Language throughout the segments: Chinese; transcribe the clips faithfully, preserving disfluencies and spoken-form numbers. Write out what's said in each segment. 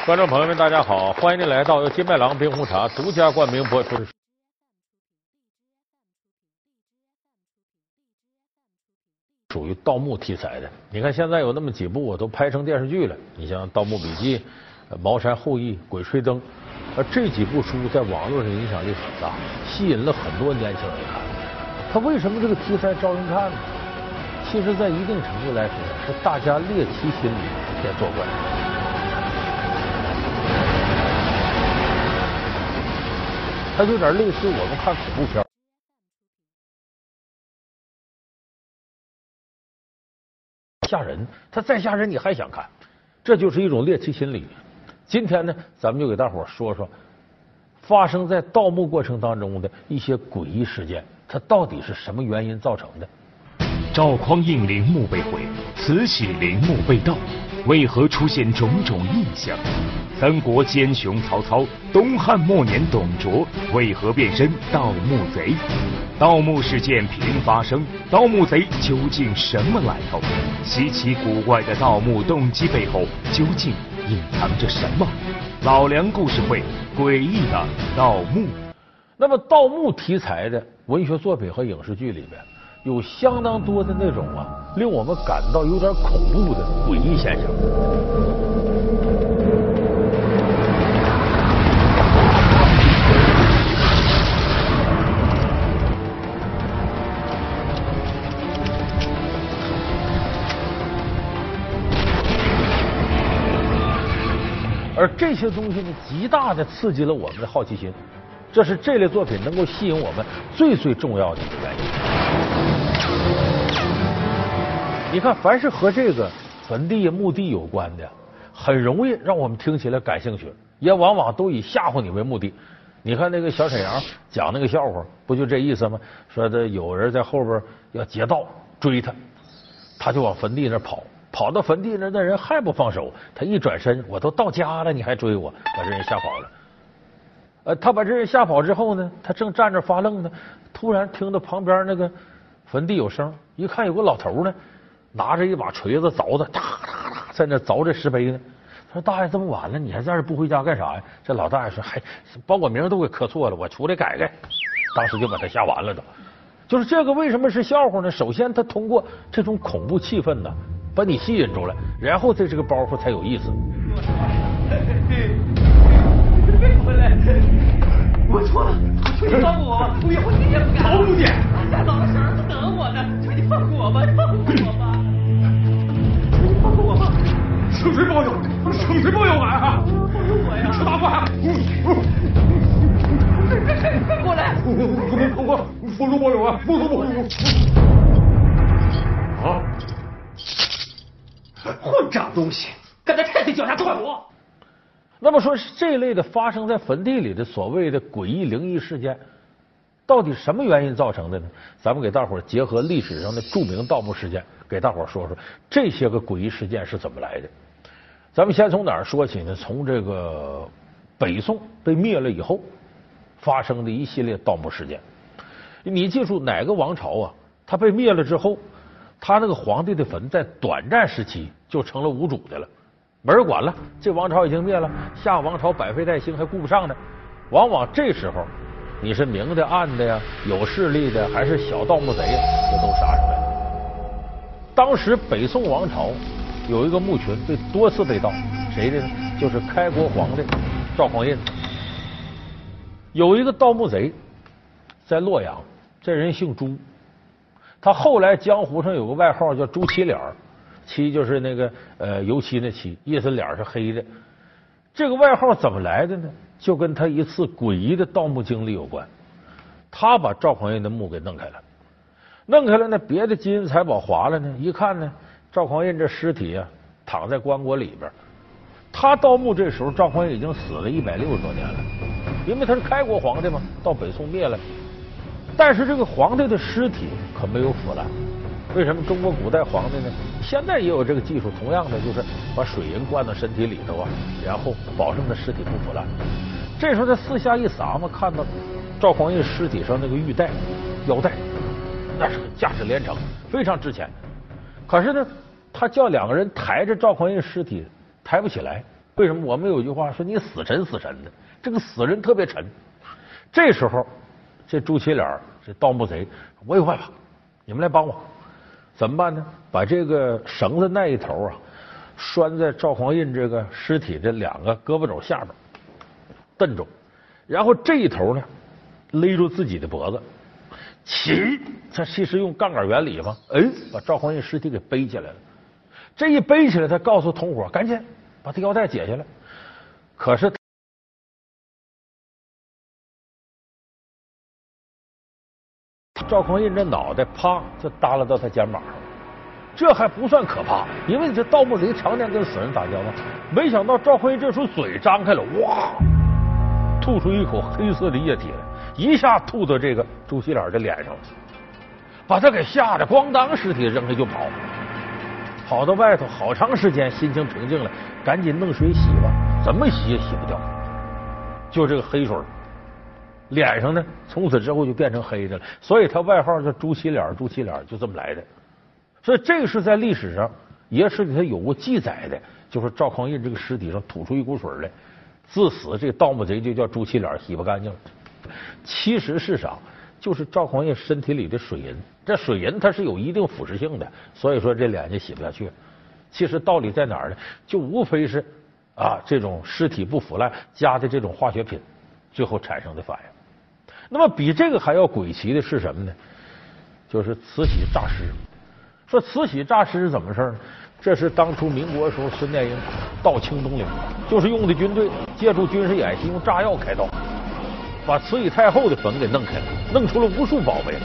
观众朋友们，大家好，欢迎您来到由金麦郎冰红茶独家冠名播出的属于盗墓题材的。你看现在有那么几部我都拍成电视剧了，你像《盗墓笔记》、《茅山后裔》、《鬼吹灯》，而这几部书在网络上影响力很大，吸引了很多年轻人看。他为什么这个题材招人看呢？其实，在一定程度来说，是大家猎奇心理在作怪。它有点类似我们看恐怖片，吓人，它再吓人你还想看，这就是一种猎奇心理。今天呢，咱们就给大伙说说发生在盗墓过程当中的一些诡异事件，它到底是什么原因造成的？ 赵匡胤陵墓被毁，慈禧陵墓被盗，为何出现种种异象？三国奸雄曹操，东汉末年董卓为何变身盗墓贼？盗墓事件频发生，盗墓贼究竟什么来头？稀奇古怪的盗墓动机背后究竟隐藏着什么？老梁故事会，诡异的盗墓。 那么盗墓题材的文学作品和影视剧里边，有相当多的那种啊，令我们感到有点恐怖的诡异现象。而这些东西呢，极大的刺激了我们的好奇心，这是这类作品能够吸引我们最最重要的一个原因。你看，凡是和这个坟地、墓地有关的，很容易让我们听起来感兴趣，也往往都以吓唬你为目的。你看那个小沈阳讲那个笑话，不就这意思吗？说的有人在后边要劫道追他，他就往坟地那跑。跑到坟地那，那人还不放手，他一转身，我都到家了，你还追我，把这人吓跑了。呃，他把这人吓跑之后呢，他正站着发愣呢，突然听到旁边那个坟地有声，一看有个老头呢，拿着一把锤子凿的，哒哒哒，在那凿这石碑呢。他说：“大爷，这么晚了，你还在这不回家干啥呀？”这老大爷说：“还把我名都给刻错了，我出来改改。”当时就把他吓完了都。就是这个为什么是笑话呢？首先，他通过这种恐怖气氛呢，把你吸引住了，然后这这个包袱才有意思。 别回来！我错了，求你放过我吧！我以后一点不敢。逃不去！下早的婶儿等我呢，求你放过我吧，放过我吧！求你放过我吧！ 圣水保佑，圣水保佑俺啊！ 保佑我呀！ 吃大饭！ 快快过来！ 不能放过，佛祖保佑啊！佛祖保佑！啊！ 混账东西，敢在太岁脚下断我！ 那么说，这类的发生在坟地里的所谓的诡异灵异事件，到底什么原因造成的呢？咱们给大伙儿结合历史上的著名盗墓事件，给大伙儿说说这些个诡异事件是怎么来的。咱们先从哪儿说起呢？从这个北宋被灭了以后发生的一系列盗墓事件。你记住，哪个王朝啊，它被灭了之后，他那个皇帝的坟在短暂时期就成了无主的了。没人管了，这王朝已经灭了，下王朝百废待兴还顾不上呢。往往这时候，你是明的、暗的呀，有势力的还是小盗墓贼，这都杀上来了。当时北宋王朝有一个墓群被多次被盗，谁的呢？就是开国皇帝赵匡胤。有一个盗墓贼在洛阳，这人姓朱，他后来江湖上有个外号叫朱漆脸儿。漆就是那个呃油漆那漆，意思脸是黑的。这个外号怎么来的呢？就跟他一次诡异的盗墓经历有关。他把赵匡胤的墓给弄开了，弄开了呢，别的金银财宝划了呢，一看呢，赵匡胤这尸体啊躺在棺椁里边。他盗墓这时候，赵匡胤已经死了一百六十多年了，因为他是开国皇帝嘛，到北宋灭了。但是这个皇帝的尸体可没有腐烂。为什么中国古代皇帝呢？现在也有这个技术，同样的就是把水银灌到身体里头啊，然后保证他尸体不腐烂。这时候他四下一撒嘛，看到赵匡胤尸体上那个玉带、腰带，那是个价值连城，非常值钱。可是呢，他叫两个人抬着赵匡胤尸体抬不起来， 为什么？我们有句话说你死沉死沉的，这个死人特别沉。这时候，这朱祁连这盗墓贼，我有办法，你们来帮我。怎么办呢？把这个绳子那一头啊，拴在赵匡胤这个尸体的两个胳膊肘下边，蹬住，然后这一头呢勒住自己的脖子，起，他其实用杠杆原理嘛，哎，把赵匡胤尸体给背起来了。这一背起来，他告诉同伙赶紧把他腰带解下来。可是赵匡胤这脑袋啪就耷拉到他肩膀上，这还不算可怕，因为这盗墓贼常年跟死人打交道。没想到赵匡胤这时候嘴张开了，哇，吐出一口黑色的液体来，一下吐到这个朱祁连的脸上了，把他给吓得咣当，尸体扔下就跑。跑到外头好长时间，心情平静了，赶紧弄水洗吧，怎么洗也洗不掉，就这个黑水，脸上呢从此之后就变成黑的了，所以他外号叫朱祁连，朱祁连就这么来的。所以这个是在历史上野史里头有过记载的，就是赵匡胤这个尸体上吐出一股水来，自此这个盗墓贼就叫朱祁连，洗不干净了。其实是啥？就是赵匡胤身体里的水银，这水银它是有一定腐蚀性的，所以说这脸就洗不下去。其实道理在哪儿呢？就无非是啊这种尸体不腐烂加的这种化学品最后产生的反应。那么比这个还要诡奇的是什么呢？就是慈禧诈尸。说慈禧诈尸是怎么回事呢？这是当初民国时候孙殿英盗清东陵，就是用的军队借助军事演习用炸药开盗，把慈禧太后的坟给弄开了，弄出了无数宝贝。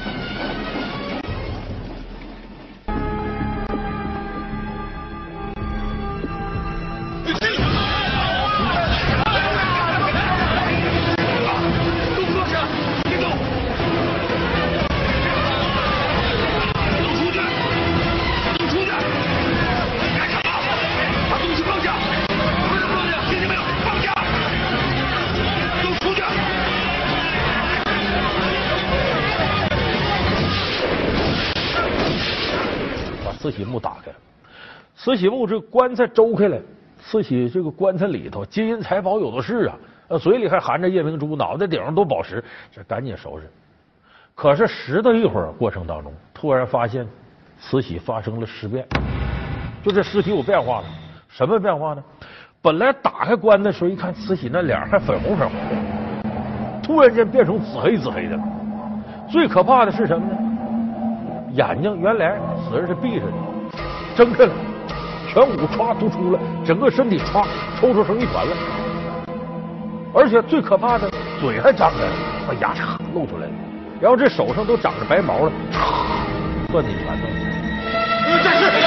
慈禧墓打开了，慈禧墓这个棺材周开了，慈禧这个棺材里头金银财宝有的是啊，嘴里还含着夜明珠，脑袋顶上都宝石，这赶紧收拾。可是拾到一会儿过程当中，突然发现慈禧发生了尸变，就这尸体有变化了。什么变化呢？本来打开棺的时候一看，慈禧那脸还粉红粉红的，突然间变成紫黑紫黑的了。最可怕的是什么呢？眼睛原来死人是闭着的，睁开了，颧骨歘突出了，整个身体歘抽出成一团了，而且最可怕的嘴还张开了，把牙叉露出来了，然后这手上都长着白毛了，歘攥紧拳头。这是，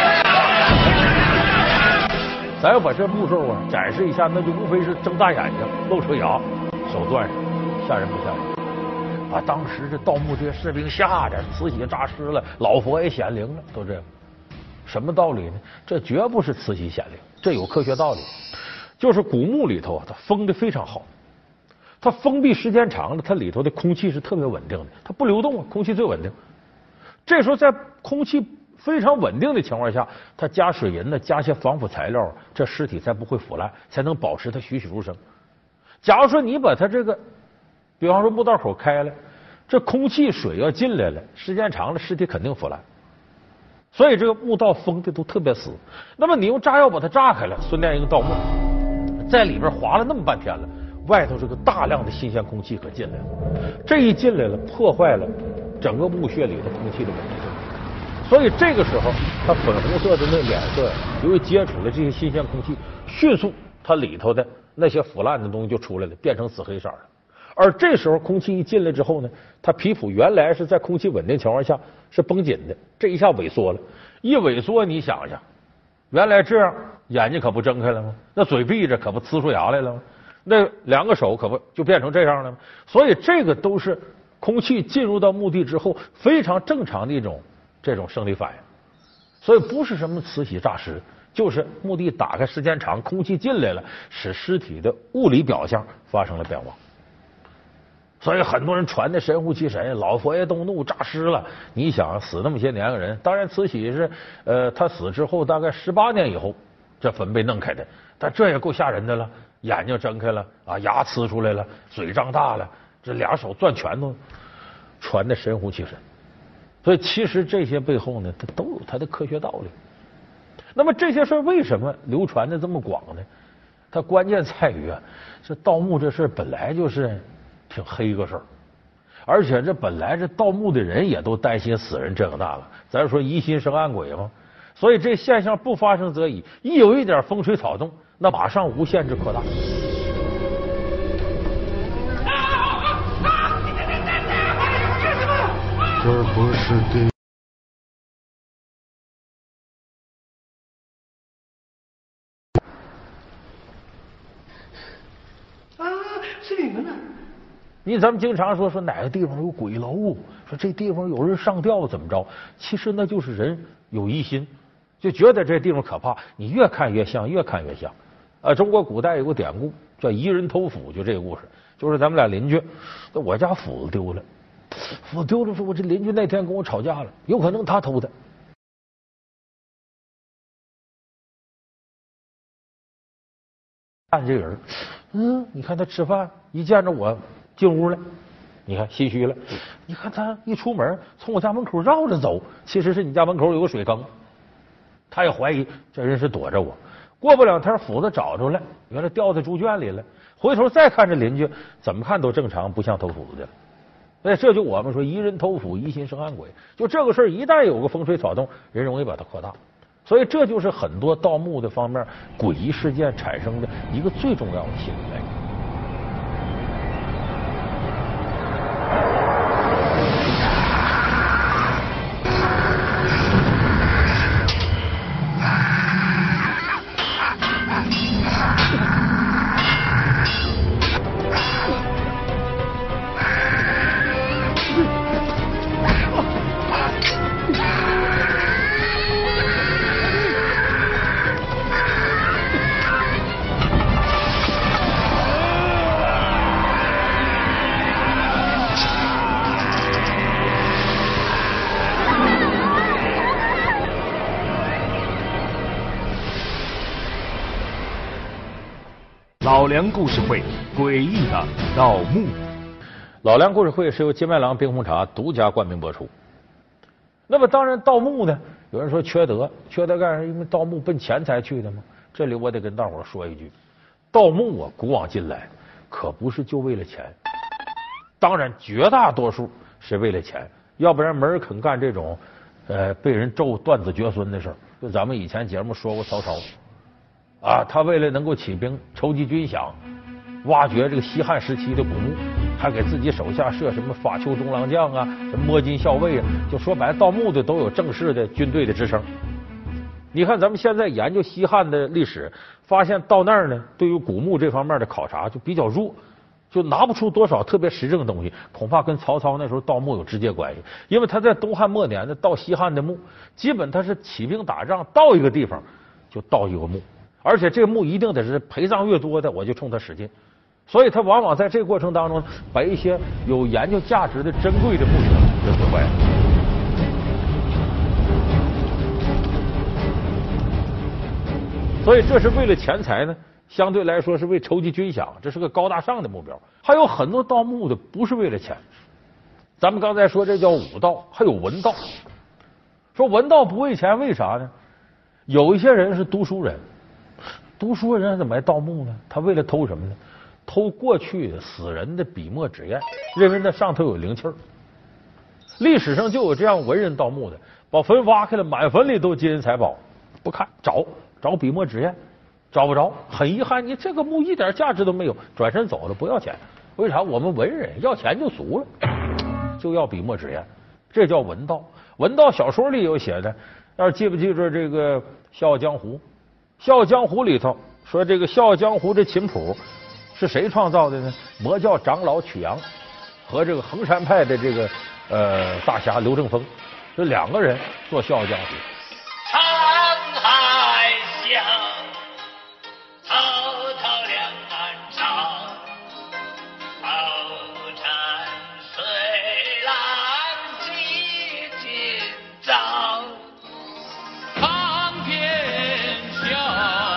咱要把这步骤啊展示一下，那就无非是睁大眼睛，露出牙，手攥上，吓人不吓人？把当时这盗墓这些士兵吓得，慈禧诈尸了，老佛爷显灵了，都这样。什么道理呢？这绝不是慈禧显灵，这有科学道理。就是古墓里头啊，它封的非常好，它封闭时间长了，它里头的空气是特别稳定的，它不流动啊，空气最稳定。这时候在空气非常稳定的情况下，它加水银呢，加些防腐材料，这尸体才不会腐烂，才能保持它栩栩如生。假如说你把它这个，比方说墓道口开了，这空气水要进来了，时间长了，尸体肯定腐烂。所以这个墓道封的都特别死。那么你用炸药把它炸开了，孙殿英盗墓，在里边划了那么半天了，外头这个大量的新鲜空气可进来了，这一进来了，破坏了整个墓穴里的空气的稳定性。所以这个时候，它粉红色的那脸色，由于接触了这些新鲜空气，迅速它里头的那些腐烂的东西就出来了，变成紫黑色了。而这时候空气一进来之后呢，它皮肤原来是在空气稳定情况下是绷紧的，这一下萎缩了，一萎缩你想想，原来这样眼睛可不睁开了吗？那嘴闭着可不呲出牙来了吗？那两个手可不就变成这样了吗？所以这个都是空气进入到墓地之后非常正常的一种这种生理反应。所以不是什么慈禧诈尸，就是墓地打开时间长，空气进来了，使尸体的物理表象发生了变化。所以很多人传的神乎其神，老佛爷动怒诈尸了。你想死那么些年个人，当然慈禧是呃，他死之后大概十八年以后这坟被弄开的。但这也够吓人的了，眼睛睁开了啊，牙呲出来了，嘴张大了，这俩手攥拳头，传的神乎其神。所以其实这些背后呢，它都有它的科学道理。那么这些事儿为什么流传的这么广呢？它关键在于啊，这盗墓这事儿本来就是挺黑个事儿，而且这本来这盗墓的人也都担心死人这个那个，咱说疑心生暗鬼嘛。所以这现象不发生则已，一有一点风吹草动，那马上无限制扩大。 这不是地。 啊，是你们呢！ 你咱们经常说说哪个地方有鬼楼，说这地方有人上吊怎么着？其实那就是人有疑心，就觉得这地方可怕，你越看越像，越看越像。啊，中国古代有个典故叫夷人偷斧，就这个故事，就是咱们俩邻居，我家斧子丢了，斧子丢了，说我这邻居那天跟我吵架了，有可能他偷的。看这人，嗯，你看他吃饭，一见着我进屋来，你看心虚了。你看他一出门，从我家门口绕着走，其实是你家门口有个水坑，他也怀疑这人是躲着我。过不两天，斧子找着了，原来掉在猪圈里了。回头再看这邻居，怎么看都正常，不像偷斧子的了。所以这就我们说夷人偷斧，疑心生暗鬼。就这个事儿，一旦有个风吹草动，人容易把它扩大。所以这就是很多盗墓的方面诡异事件产生的一个最重要的心理来源。 老梁故事会，诡异的盗墓。 老梁故事会是由金麦郎冰红茶独家冠名播出。那么当然，盗墓呢，有人说缺德，缺德干啥？因为盗墓奔钱财去的嘛。这里我得跟大伙儿说一句，盗墓啊，古往今来可不是就为了钱，当然绝大多数是为了钱，要不然没人肯干这种呃被人咒断子绝孙的事儿。就咱们以前节目说过曹操。啊，他为了能够起兵筹集军饷，挖掘这个西汉时期的古墓，还给自己手下设什么法丘中郎将啊，什么摸金校尉啊，就说白了，盗墓的都有正式的军队的职称。你看咱们现在研究西汉的历史，发现到那儿呢，对于古墓这方面的考察就比较弱，就拿不出多少特别实证的东西，恐怕跟曹操那时候盗墓有直接关系。因为他在东汉末年的盗西汉的墓，基本他是起兵打仗，到一个地方就盗一个墓。而且这个墓一定得是陪葬越多的，我就冲他使劲。所以他往往在这个过程当中，把一些有研究价值的珍贵的墓穴给毁坏了。所以这是为了钱财呢，相对来说是为筹集军饷，这是个高大上的目标。还有很多盗墓的不是为了钱，咱们刚才说这叫武盗，还有文盗。说文盗不为钱，为啥呢？有一些人是读书人。读书人怎么爱盗墓呢？他为了偷什么呢？偷过去的死人的笔墨纸砚，认为那上头有灵气儿。历史上就有这样文人盗墓的，把坟挖开了，满坟里都金银财宝，不看找找笔墨纸砚，找不着，很遗憾，你这个墓一点价值都没有，转身走了，不要钱。为啥？我们文人要钱就俗了，就要笔墨纸砚，这叫文盗。文盗小说里有写的，要是记不记住这个《笑傲江湖》？《笑傲江湖》里头说，这个《笑傲江湖》这琴谱是谁创造的呢？魔教长老曲阳和这个衡山派的这个呃大侠刘正风，这两个人做《笑傲江湖》。 沧海相，滔滔两岸潮，翱蝉随浪几今朝。苍天笑。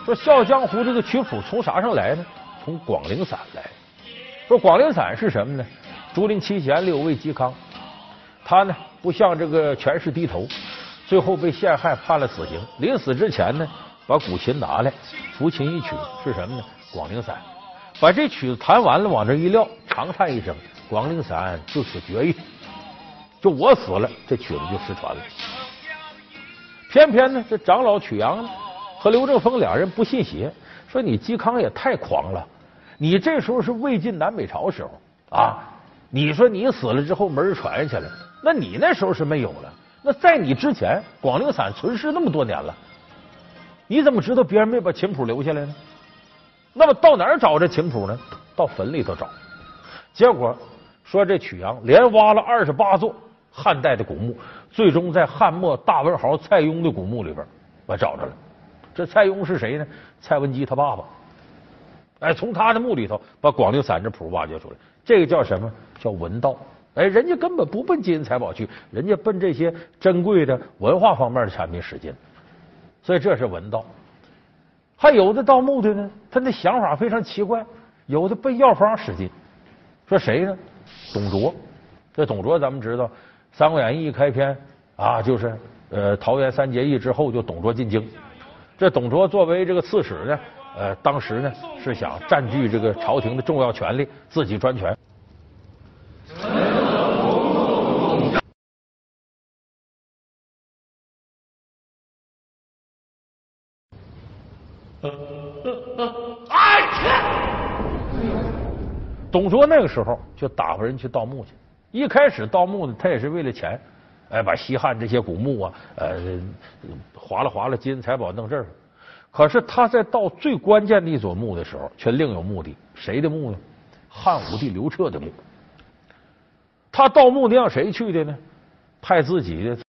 说《笑傲江湖》这个曲谱从啥上来呢？从广陵散来。说广陵散是什么呢？竹林七贤里有位嵇康，他呢不向这个权势低头，最后被陷害判了死刑。临死之前呢，把古琴拿来，抚琴一曲，是什么呢？广陵散。把这曲子弹完了，往这一撂，长叹一声：“广陵散自此绝矣。”就我死了，这曲子就失传了。偏偏呢，这长老曲阳呢和刘正风俩人不信邪，说你嵇康也太狂了，你这时候是魏晋南北朝时候啊，你说你死了之后门传下来，那你那时候是没有了，那在你之前广陵散存世那么多年了，你怎么知道别人没把琴谱留下来呢？那么到哪儿找这琴谱呢？到坟里头找。结果说这曲阳连挖了二十八座汉代的古墓，最终在汉末大文豪蔡邕的古墓里边我找着了。这蔡邕是谁呢？蔡文姬他爸爸。哎，从他的墓里头把广陵散这谱挖掘出来，这个叫什么？叫文道。哎，人家根本不奔金银财宝去，人家奔这些珍贵的文化方面的产品使劲，所以这是文道。还有的盗墓的呢，他那想法非常奇怪，有的奔药方使劲。说谁呢？董卓。这董卓咱们知道，《三国演义》一开篇啊，就是呃桃园三结义之后就董卓进京。这董卓作为这个刺史呢，呃，当时呢是想占据这个朝廷的重要权力，自己专权。董卓那个时候就打发人去盗墓去。一开始盗墓呢，他也是为了钱，哎，把西汉这些古墓啊，呃，划了划了金银财宝弄这儿。可是他在盗最关键的一座墓的时候，却另有目的。谁的墓呢？汉武帝刘彻的墓。他盗墓的让谁去的呢？派自己的。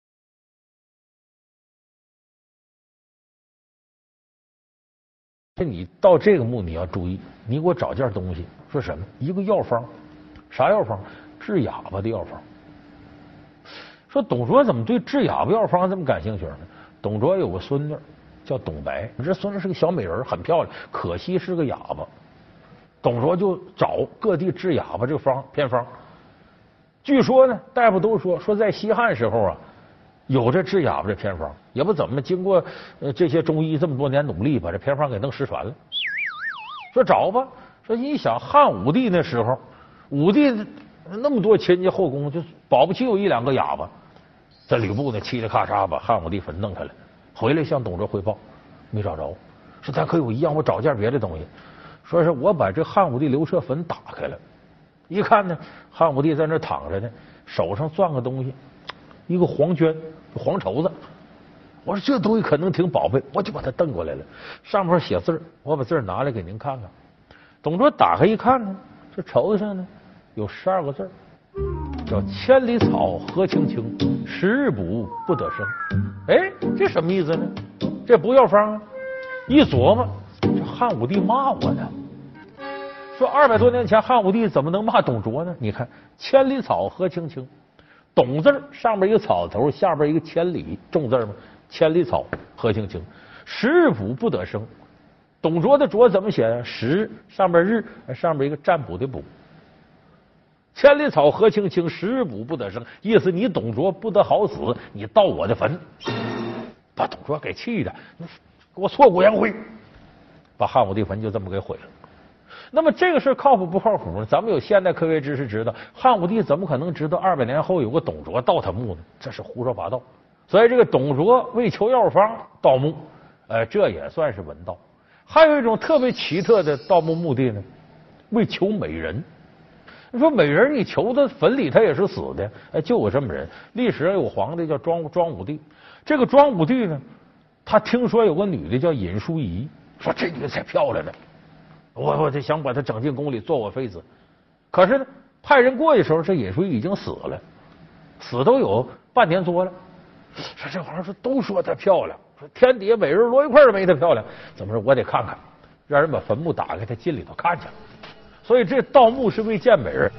你到这个墓你要注意，你给我找件东西。说什么？一个药方。啥药方？治哑巴的药方。说董卓怎么对治哑巴药方这么感兴趣呢？董卓有个孙女叫董白，这孙女是个小美人，很漂亮，可惜是个哑巴。董卓就找各地治哑巴这个方偏方。据说呢，大夫都说说在西汉时候啊，有这治哑巴这偏方，也不怎么经过呃这些中医这么多年努力，把这偏方给弄失传了。说找吧，说你想汉武帝那时候，武帝那么多亲戚后宫，就保不齐有一两个哑巴。这吕布呢，嘁哩咔嚓把汉武帝坟弄下来，回来向董卓汇报，没找着。说咱可有一样，我找件别的东西。说是我把这汉武帝刘彻坟打开了，一看呢，汉武帝在那躺着呢，手上攥个东西，一个黄绢，黄绸子。我说这东西可能挺宝贝，我就把它瞪过来了，上面写字儿，我把字儿拿来给您看看。董卓打开一看呢，这绸子上呢有十二个字儿，叫千里草何青青，十日补不得生。哎，这什么意思呢？这不药方啊！一琢磨，这汉武帝骂我呢。说二百多年前汉武帝怎么能骂董卓呢？你看千里草何青青，董字上面一个草头，下边一个千里，重字吗？千里草何青青，十日补不得生。董卓的卓怎么写呢？十上边日，上边一个占卜的卜。千里草何青青，十日补不得生。意思你董卓不得好死，你盗我的坟，把董卓给气的，给我挫骨扬灰，把汉武帝坟就这么给毁了。那么这个事靠谱不靠谱呢？咱们有现代科学知识知道，汉武帝怎么可能知道二百年后有个董卓盗他墓呢？这是胡说八道。所以这个董卓为求药方盗墓，呃，这也算是文盗。还有一种特别奇特的盗墓目的呢，为求美人。你说美人，你求到坟里，他也是死的。哎，就有这么人。历史上有皇帝叫庄庄武帝，这个庄武帝呢，他听说有个女的叫尹淑仪，说这女的才漂亮呢，我我就想把她整进宫里做我妃子。可是呢，派人过去的时候，这尹淑仪已经死了，死都有半年多了。说这皇上说都说她漂亮，说天底下美人摞一块儿没她漂亮，怎么说我得看看，让人把坟墓打开，他进里头看去。所以这盗墓是为见美人。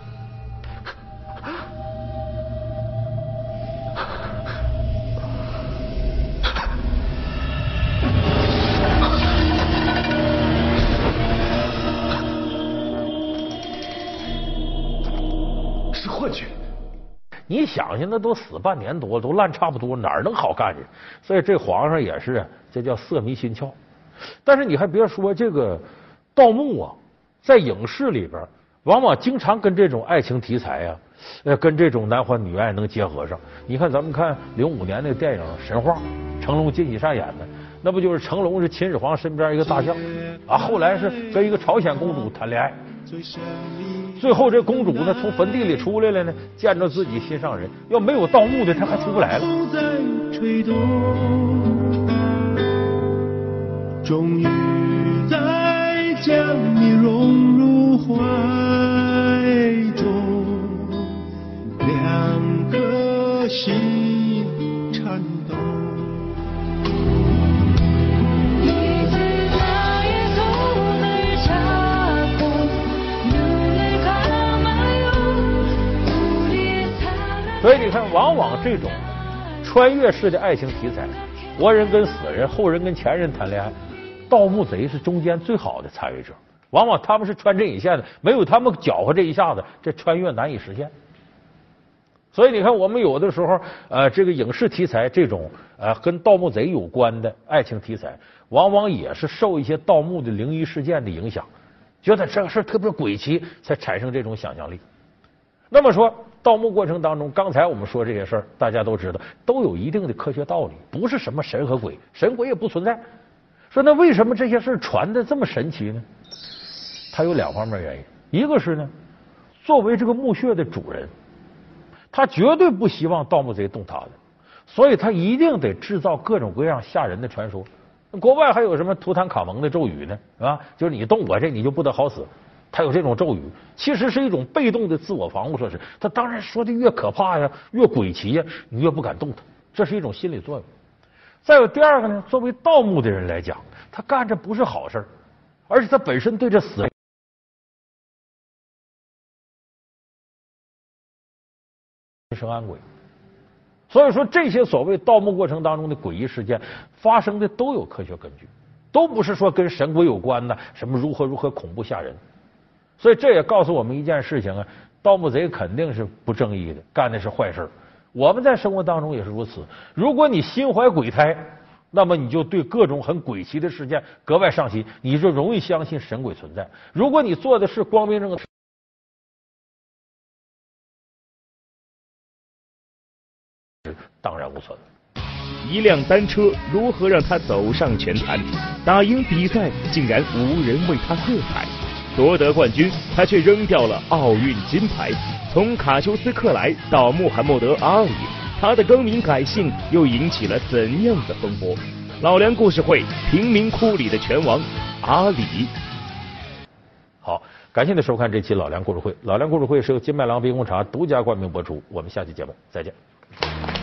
是幻觉。 你想想，那都死半年多了，都烂差不多，哪儿能好干去？所以这皇上也是，这叫色迷心窍。但是你还别说，这个盗墓啊，在影视里边，往往经常跟这种爱情题材啊，呃，跟这种男欢女爱能结合上。你看，咱们看零五年那个电影《神话》，成龙、金喜善演的，那不就是成龙是秦始皇身边一个大将啊，后来是跟一个朝鲜公主谈恋爱。最后这公主呢，从坟地里出来了呢，见着自己心上人。要没有盗墓的，她还出不来了。 终于再将你融入怀中，两颗心颤抖。 所以你看，往往这种穿越式的爱情题材，活人跟死人、后人跟前人谈恋爱，盗墓贼是中间最好的参与者。往往他们是穿针引线的，没有他们搅和这一下子，这穿越难以实现。所以你看，我们有的时候，呃，这个影视题材这种呃跟盗墓贼有关的爱情题材，往往也是受一些盗墓的灵异事件的影响，觉得这个事儿特别诡奇，才产生这种想象力。那么说，盗墓过程当中，刚才我们说这些事儿，大家都知道，都有一定的科学道理，不是什么神和鬼，神鬼也不存在。说那为什么这些事儿传的这么神奇呢？它有两方面原因，一个是呢，作为这个墓穴的主人，他绝对不希望盗墓贼动他的，所以他一定得制造各种各样吓人的传说。国外还有什么图坦卡蒙的咒语呢？是吧？就是你动我这，你就不得好死。他有这种咒语，其实是一种被动的自我防护设施。他当然说的越可怕呀，越诡奇呀，你越不敢动他，这是一种心理作用。再有第二个呢，作为盗墓的人来讲，他干这不是好事，而且他本身对这死人生安鬼。所以说，这些所谓盗墓过程当中的诡异事件发生的都有科学根据，都不是说跟神鬼有关的，什么如何如何恐怖吓人。所以这也告诉我们一件事情啊，盗墓贼肯定是不正义的，干的是坏事。我们在生活当中也是如此。如果你心怀鬼胎，那么你就对各种很诡奇的事件格外上心，你就容易相信神鬼存在。如果你做的是光明正大，当然无存。 一辆单车如何让他走上拳坛？打赢比赛竟然无人为他喝彩。夺得冠军，他却扔掉了奥运金牌。从卡修斯克莱到穆罕默德阿里，他的更名改姓又引起了怎样的风波？老梁故事会，贫民窟里的拳王阿里。 好，感谢您收看这期老梁故事会。老梁故事会是由金麦郎冰红茶独家冠名播出。我们下期节目再见。